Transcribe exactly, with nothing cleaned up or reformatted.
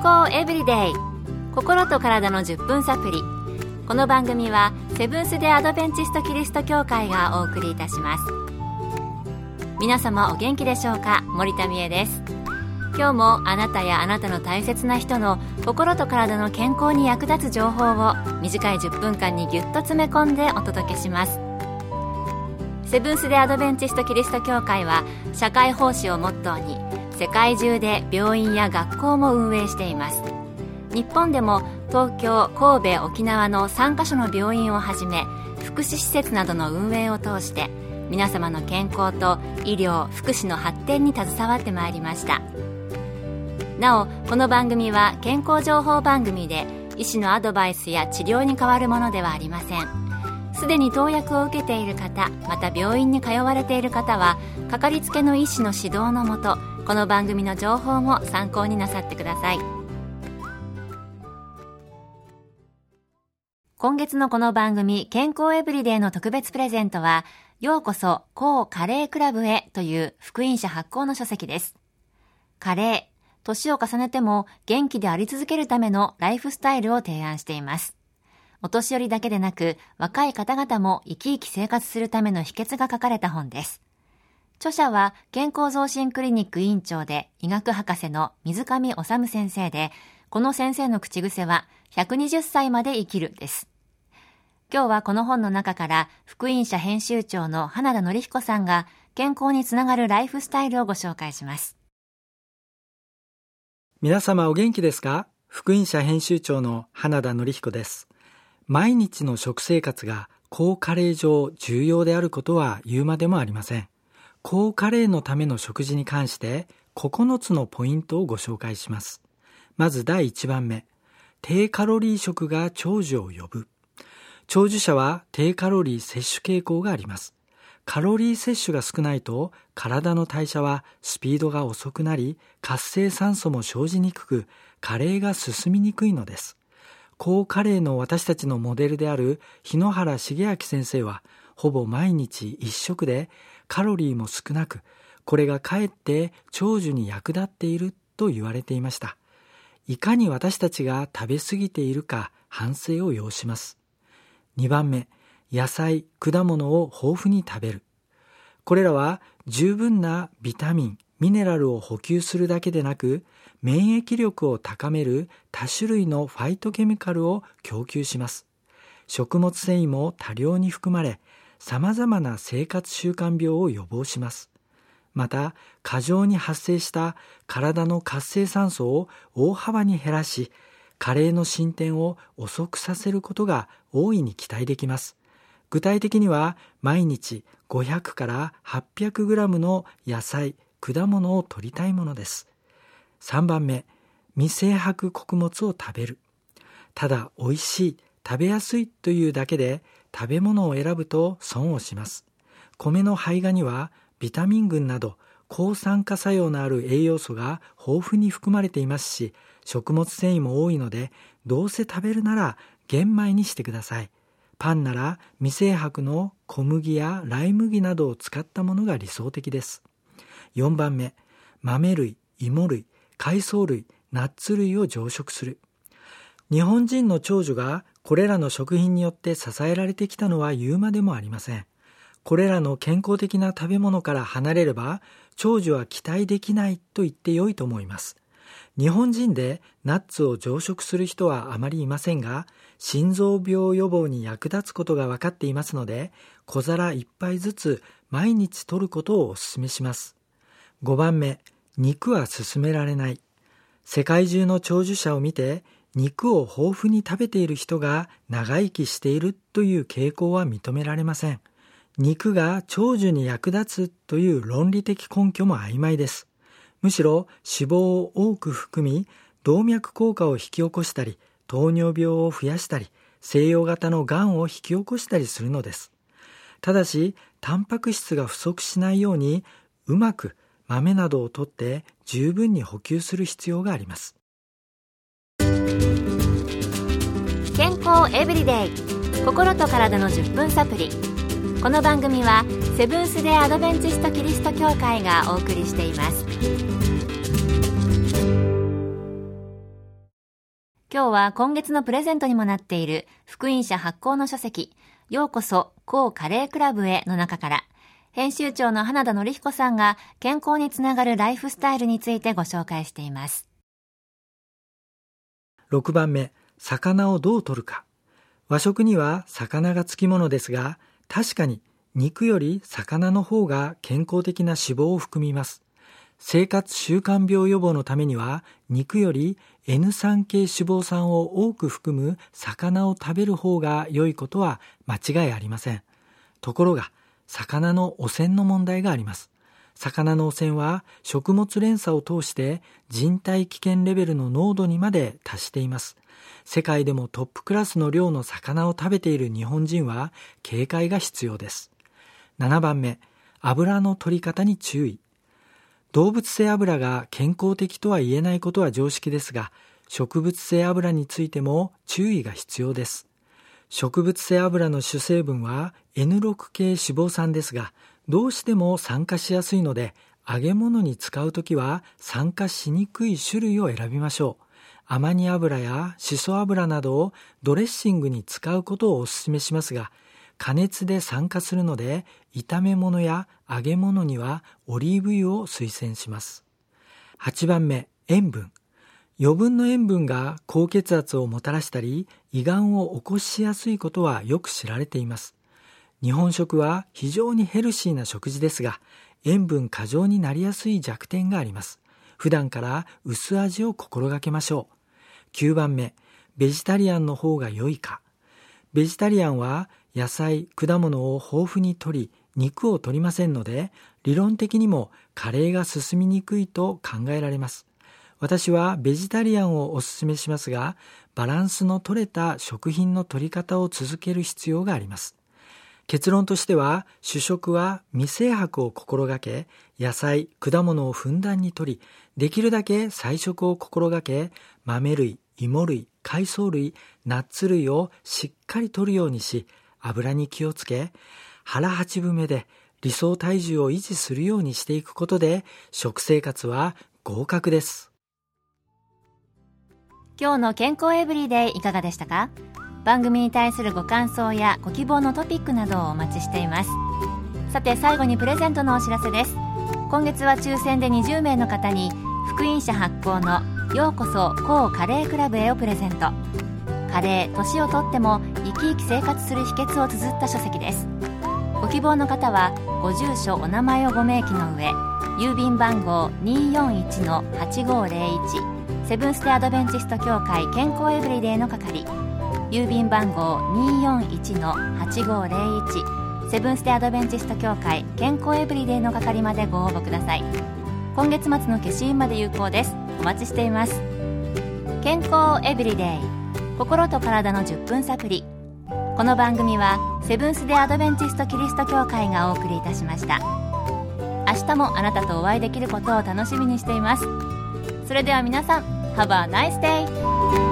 康エブリデイ、心と体のじゅっぷんサプリ。この番組はセブンス・デ・アドベンチスト・キリスト教会がお送りいたします。皆様お元気でしょうか。森田美恵です。今日もあなたやあなたの大切な人の心と体の健康に役立つ情報を短いじゅっぷんかんにぎゅっと詰め込んでお届けします。セブンス・デ・アドベンチスト・キリスト教会は社会奉仕をモットーに世界中で病院や学校も運営しています。日本でも東京、神戸、沖縄のさんカ所の病院をはじめ福祉施設などの運営を通して皆様の健康と医療・福祉の発展に携わってまいりました。なお、この番組は健康情報番組で医師のアドバイスや治療に代わるものではありません。すでに投薬を受けている方、また病院に通われている方はかかりつけの医師の指導のもと、この番組の情報も参考になさってください。今月のこの番組健康エブリデイの特別プレゼントは、ようこそ抗加齢クラブへという福音社発行の書籍です。加齢、年を重ねても元気であり続けるためのライフスタイルを提案しています。お年寄りだけでなく若い方々も生き生き生活するための秘訣が書かれた本です。著者は健康増進クリニック委員長で医学博士の水上治先生で、この先生の口癖はひゃくにじゅっさいまで生きるです。今日はこの本の中から福音社編集長の花田紀彦さんが健康につながるライフスタイルをご紹介します。 皆様お元気ですか？福音社編集長の花田紀彦です。毎日の食生活が高加齢上重要であることは言うまでもありません。高加齢のための食事に関してここのつのポイントをご紹介します。まずだいいちばんめ、低カロリー食が長寿を呼ぶ。長寿者は低カロリー摂取傾向があります。カロリー摂取が少ないと体の代謝はスピードが遅くなり、活性酸素も生じにくく、加齢が進みにくいのです。高加齢の私たちのモデルである日野原重明先生は、ほぼ毎日一食でカロリーも少なく、これがかえって長寿に役立っていると言われていました。いかに私たちが食べ過ぎているか反省を要します。にばんめ、野菜、果物を豊富に食べる。これらは十分なビタミン、ミネラルを補給するだけでなく、免疫力を高める多種類のファイトケミカルを供給します。食物繊維も多量に含まれ、様々な生活習慣病を予防します。また、過剰に発生した体の活性酸素を大幅に減らし、加齢の進展を遅くさせることが大いに期待できます。具体的には、毎日ごひゃくからはっぴゃくグラムの野菜、果物を摂りたいものです。さんばんめ、未精白穀物を食べる。ただ美味しい、食べやすいというだけで食べ物を選ぶと損をします。米の胚芽にはビタミン群など抗酸化作用のある栄養素が豊富に含まれていますし、食物繊維も多いので、どうせ食べるなら玄米にしてください。パンなら未精白の小麦やライ麦などを使ったものが理想的です。よんばんめ、豆類、芋類、海藻類、ナッツ類を常食する。日本人の長寿がこれらの食品によって支えられてきたのは言うまでもありません。これらの健康的な食べ物から離れれば長寿は期待できないと言ってよいと思います。日本人でナッツを常食する人はあまりいませんが、心臓病予防に役立つことが分かっていますので、小皿いっぱいずつ毎日摂ることをお勧めします。ごばんめ、肉は勧められない。世界中の長寿者を見て、肉を豊富に食べている人が長生きしているという傾向は認められません。肉が長寿に役立つという論理的根拠も曖昧です。むしろ脂肪を多く含み、動脈硬化を引き起こしたり、糖尿病を増やしたり、西洋型のがんを引き起こしたりするのです。ただし、タンパク質が不足しないように、うまく豆などを摂って十分に補給する必要があります。 健康エブリデイ、心と体のじゅっぷんサプリ。この番組はセブンス・デ・アドベンチスト・キリスト教会がお送りしています。 今日は今月のプレゼントにもなっている福音社発行の書籍、ようこそ抗加齢クラブへの中から、編集長の花田典彦さんが健康につながるライフスタイルについてご紹介しています。 ろくばんめ、魚をどう摂るか。和食には魚がつきものですが、確かに肉より魚の方が健康的な脂肪を含みます。生活習慣病予防のためには、肉より エヌスリー 系脂肪酸を多く含む魚を食べる方が良いことは間違いありません。ところが、魚の汚染の問題があります。魚の汚染は食物連鎖を通して人体危険レベルの濃度にまで達しています。世界でもトップクラスの量の魚を食べている日本人は警戒が必要です。ななばんめ、油の摂り方に注意。動物性油が健康的とは言えないことは常識ですが、植物性油についても注意が必要です。植物性油の主成分は エヌシックス 系脂肪酸ですが、どうしても酸化しやすいので、揚げ物に使うときは酸化しにくい種類を選びましょう。アマニ油やシソ油などをドレッシングに使うことをお勧めしますが、加熱で酸化するので、炒め物や揚げ物にはオリーブ油を推薦します。はちばんめ、塩分。余分の塩分が高血圧をもたらしたり、胃がんを起こしやすいことはよく知られています。日本食は非常にヘルシーな食事ですが、塩分過剰になりやすい弱点があります。普段から薄味を心がけましょう。きゅうばんめ、ベジタリアンの方が良いか。ベジタリアンは野菜、果物を豊富に摂り、肉を摂りませんので、理論的にも加齢が進みにくいと考えられます。私はベジタリアンをお勧めしますが、バランスの取れた食品の摂り方を続ける必要があります。結論としては、主食は未精白を心がけ、野菜、果物をふんだんに摂り、できるだけ菜食を心がけ、豆類、芋類、海藻類、ナッツ類をしっかり摂るようにし、油に気をつけ、腹八分目で理想体重を維持するようにしていくことで、食生活は合格です。 今日の健康エブリデイいかがでしたか？番組に対するご感想やご希望のトピックなどをお待ちしています。さて、最後にプレゼントのお知らせです。今月は抽選でにじゅうめいの方に、福音社発行のようこそ抗加齢クラブへをプレゼント。加齢、年をとっても生き生き生活する秘訣を綴った書籍です。ご希望の方はご住所お名前をご明記の上、郵便番号 にーよんいちのはちごーぜろいち セブンステアドベンチスト協会健康エブリデイの係、郵便番号 にーよんいちのはちごーぜろいち セブンステアドベンチスト協会健康エブリデイの係までご応募ください。今月末の消印まで有効です。お待ちしています。健康エブリデイ、心と体のじゅっぷんサプリ。この番組はセブンス・デ・アドベンチスト・キリスト教会がお送りいたしました。明日もあなたとお会いできることを楽しみにしています。それでは皆さん、Have a nice day!